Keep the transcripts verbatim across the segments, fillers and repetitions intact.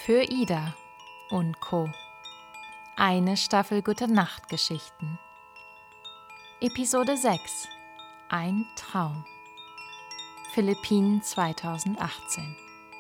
Für Ida und Co. Eine Staffel Gute-Nacht-Geschichten. Episode sechs. Ein Traum. Philippinen zweitausendachtzehn.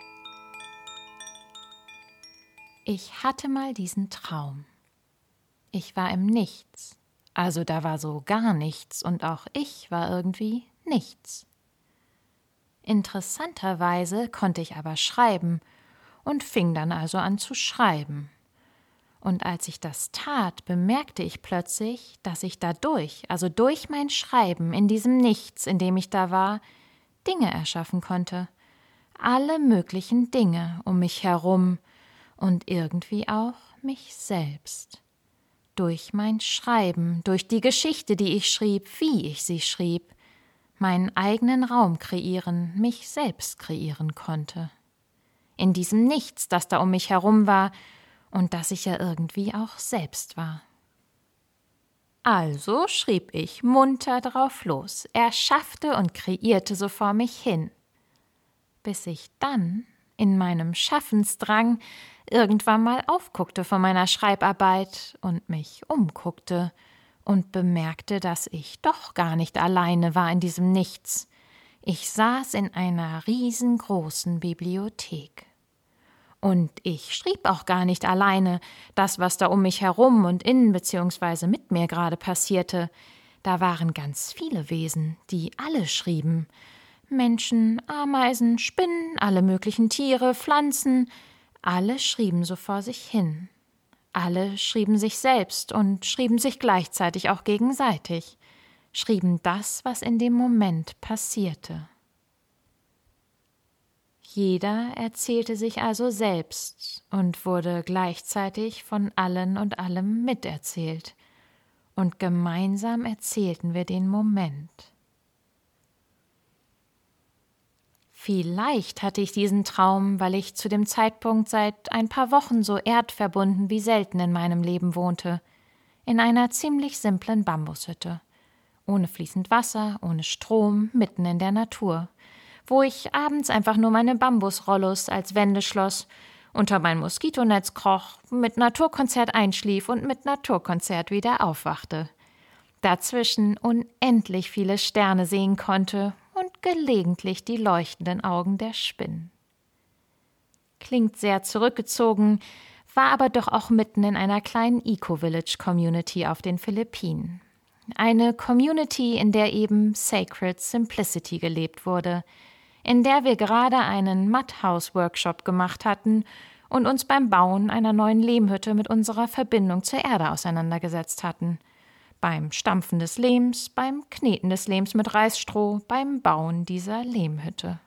Ich hatte mal diesen Traum. Ich war im Nichts. Also da war so gar nichts und auch ich war irgendwie nichts. Interessanterweise konnte ich aber schreiben und fing dann also an zu schreiben. Und als ich das tat, bemerkte ich plötzlich, dass ich dadurch, also durch mein Schreiben in diesem Nichts, in dem ich da war, Dinge erschaffen konnte. Alle möglichen Dinge um mich herum und irgendwie auch mich selbst. Durch mein Schreiben, durch die Geschichte, die ich schrieb, wie ich sie schrieb, meinen eigenen Raum kreieren, mich selbst kreieren konnte. In diesem Nichts, das da um mich herum war und das ich ja irgendwie auch selbst war. Also schrieb ich munter drauf los, erschaffte und kreierte so vor mich hin, bis ich dann in meinem Schaffensdrang irgendwann mal aufguckte von meiner Schreibarbeit und mich umguckte und bemerkte, dass ich doch gar nicht alleine war in diesem Nichts. Ich saß in einer riesengroßen Bibliothek. Und ich schrieb auch gar nicht alleine das, was da um mich herum und in bzw. mit mir gerade passierte. Da waren ganz viele Wesen, die alle schrieben. Menschen, Ameisen, Spinnen, alle möglichen Tiere, Pflanzen, alle schrieben so vor sich hin. Alle schrieben sich selbst und schrieben sich gleichzeitig auch gegenseitig, schrieben das, was in dem Moment passierte. Jeder erzählte sich also selbst und wurde gleichzeitig von allen und allem miterzählt, und gemeinsam erzählten wir den Moment. Vielleicht hatte ich diesen Traum, weil ich zu dem Zeitpunkt seit ein paar Wochen so erdverbunden wie selten in meinem Leben wohnte, in einer ziemlich simplen Bambushütte, ohne fließend Wasser, ohne Strom, mitten in der Natur, wo ich abends einfach nur meine Bambusrollos als Wände schloss, unter mein Moskitonetz kroch, mit Naturkonzert einschlief und mit Naturkonzert wieder aufwachte. Dazwischen unendlich viele Sterne sehen konnte und gelegentlich die leuchtenden Augen der Spinnen. Klingt sehr zurückgezogen, war aber doch auch mitten in einer kleinen Eco-Village-Community auf den Philippinen. Eine Community, in der eben Sacred Simplicity gelebt wurde, in der wir gerade einen Mudhouse-Workshop gemacht hatten und uns beim Bauen einer neuen Lehmhütte mit unserer Verbindung zur Erde auseinandergesetzt hatten. Beim Stampfen des Lehms, beim Kneten des Lehms mit Reisstroh, beim Bauen dieser Lehmhütte.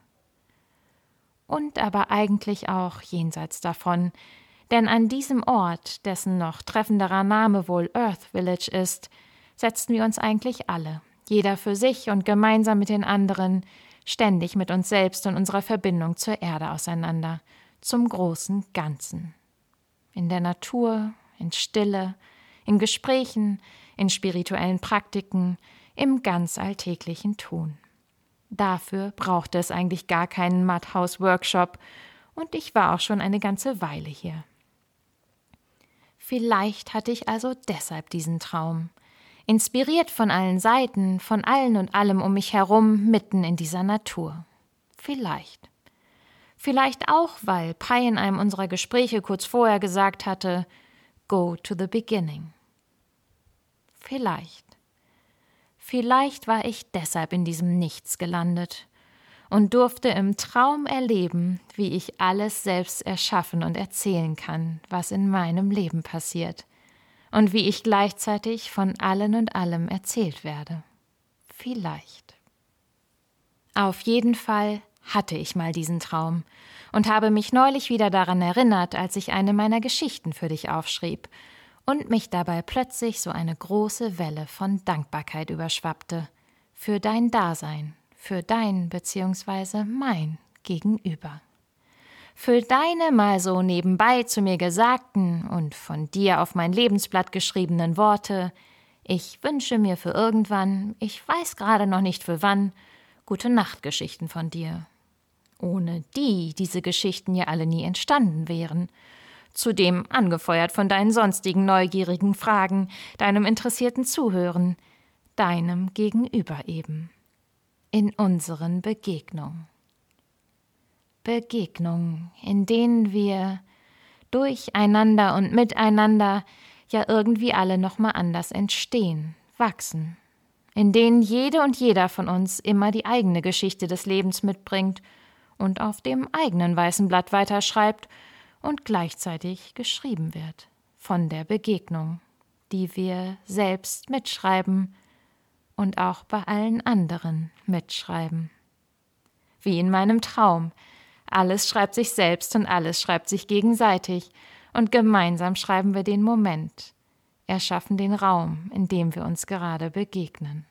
Und aber eigentlich auch jenseits davon, denn an diesem Ort, dessen noch treffenderer Name wohl Earth Village ist, setzten wir uns eigentlich alle, jeder für sich und gemeinsam mit den anderen, ständig mit uns selbst und unserer Verbindung zur Erde auseinander, zum großen Ganzen. In der Natur, in Stille, in Gesprächen, in spirituellen Praktiken, im ganz alltäglichen Tun. Dafür brauchte es eigentlich gar keinen Mudhouse-Workshop und ich war auch schon eine ganze Weile hier. Vielleicht hatte ich also deshalb diesen Traum, inspiriert von allen Seiten, von allen und allem um mich herum, mitten in dieser Natur. Vielleicht. Vielleicht auch, weil Pai in einem unserer Gespräche kurz vorher gesagt hatte, go to the beginning. Vielleicht. Vielleicht war ich deshalb in diesem Nichts gelandet und durfte im Traum erleben, wie ich alles selbst erschaffen und erzählen kann, was in meinem Leben passiert, und wie ich gleichzeitig von allen und allem erzählt werde. Vielleicht. Auf jeden Fall hatte ich mal diesen Traum und habe mich neulich wieder daran erinnert, als ich eine meiner Geschichten für dich aufschrieb und mich dabei plötzlich so eine große Welle von Dankbarkeit überschwappte. Für dein Dasein, für dein bzw. mein Gegenüber. Für deine mal so nebenbei zu mir gesagten und von dir auf mein Lebensblatt geschriebenen Worte, ich wünsche mir für irgendwann, ich weiß gerade noch nicht für wann, Gute-Nacht-Geschichten von dir. ohne die diese Geschichten ja alle nie entstanden wären. Zudem angefeuert von deinen sonstigen neugierigen Fragen, deinem interessierten Zuhören, deinem Gegenüber eben. In unseren Begegnungen. Begegnungen, in denen wir durcheinander und miteinander ja irgendwie alle nochmal anders entstehen, wachsen, in denen jede und jeder von uns immer die eigene Geschichte des Lebens mitbringt und auf dem eigenen weißen Blatt weiterschreibt und gleichzeitig geschrieben wird von der Begegnung, die wir selbst mitschreiben und auch bei allen anderen mitschreiben. Wie in meinem Traum. Alles schreibt sich selbst und alles schreibt sich gegenseitig und gemeinsam schreiben wir den Moment, erschaffen den Raum, in dem wir uns gerade begegnen.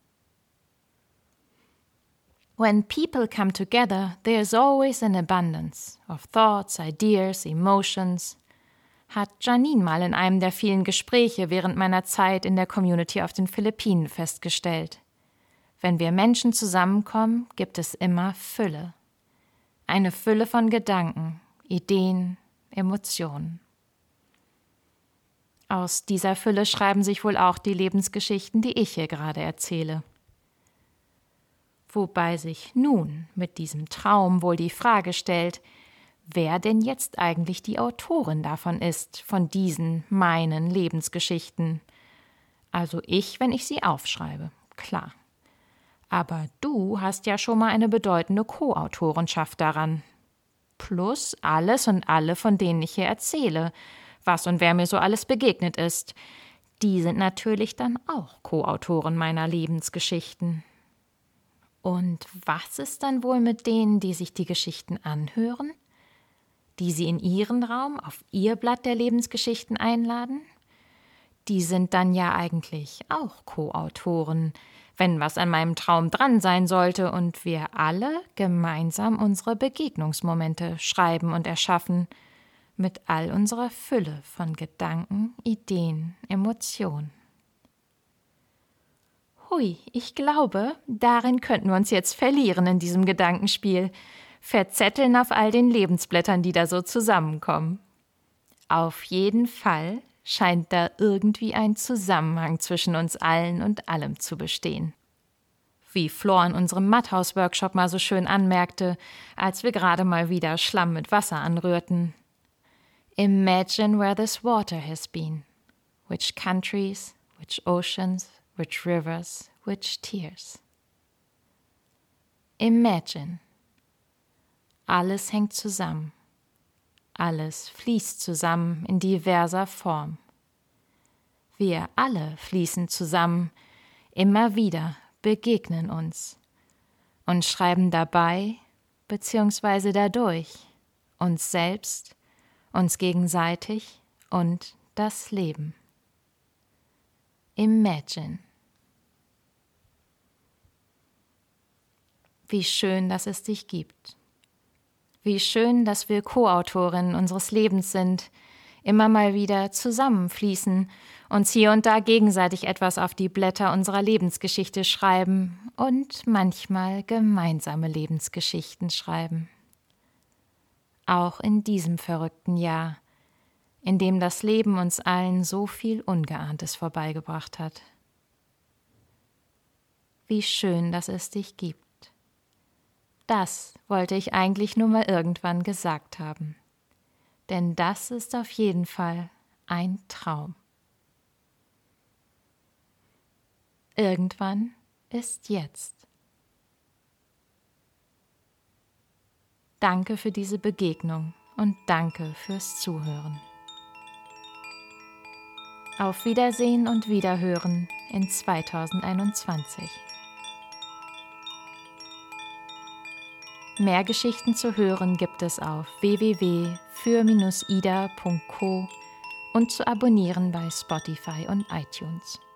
When people come together, there is always an abundance of thoughts, ideas, emotions, hat Janine mal in einem der vielen Gespräche während meiner Zeit in der Community auf den Philippinen festgestellt. Wenn wir Menschen zusammenkommen, gibt es immer Fülle. Eine Fülle von Gedanken, Ideen, Emotionen. Aus dieser Fülle schreiben sich wohl auch die Lebensgeschichten, die ich hier gerade erzähle. Wobei sich nun mit diesem Traum wohl die Frage stellt, wer denn jetzt eigentlich die Autorin davon ist, von diesen meinen Lebensgeschichten. Also ich, wenn ich sie aufschreibe, klar. Aber du hast ja schon mal eine bedeutende Co-Autorenschaft daran. Plus alles und alle, von denen ich hier erzähle, was und wer mir so alles begegnet ist. Die sind natürlich dann auch Co-Autoren meiner Lebensgeschichten. Und was ist dann wohl mit denen, die sich die Geschichten anhören? Die sie in ihren Raum, auf ihr Blatt der Lebensgeschichten einladen? Die sind dann ja eigentlich auch Co-Autoren, wenn was an meinem Traum dran sein sollte und wir alle gemeinsam unsere Begegnungsmomente schreiben und erschaffen, mit all unserer Fülle von Gedanken, Ideen, Emotionen. Hui, ich glaube, darin könnten wir uns jetzt verlieren in diesem Gedankenspiel, verzetteln auf all den Lebensblättern, die da so zusammenkommen. Auf jeden Fall scheint da irgendwie ein Zusammenhang zwischen uns allen und allem zu bestehen. Wie Flor in unserem Matthaus-Workshop mal so schön anmerkte, als wir gerade mal wieder Schlamm mit Wasser anrührten. Imagine where this water has been, which countries, which oceans, which rivers, which tears. Imagine. Alles hängt zusammen. Alles fließt zusammen in diverser Form. Wir alle fließen zusammen, immer wieder begegnen uns und schreiben dabei bzw. dadurch uns selbst, uns gegenseitig und das Leben. Imagine. Wie schön, dass es dich gibt. Wie schön, dass wir Co-Autorinnen unseres Lebens sind, immer mal wieder zusammenfließen, uns hier und da gegenseitig etwas auf die Blätter unserer Lebensgeschichte schreiben und manchmal gemeinsame Lebensgeschichten schreiben. Auch in diesem verrückten Jahr, in dem das Leben uns allen so viel Ungeahntes vorbeigebracht hat. Wie schön, dass es dich gibt. Das wollte ich eigentlich nur mal irgendwann gesagt haben. Denn das ist auf jeden Fall ein Traum. Irgendwann ist jetzt. Danke für diese Begegnung und danke fürs Zuhören. Auf Wiedersehen und Wiederhören in zweitausendeinundzwanzig. Mehr Geschichten zu hören gibt es auf w w w punkt für Bindestrich ida punkt co und zu abonnieren bei Spotify und iTunes.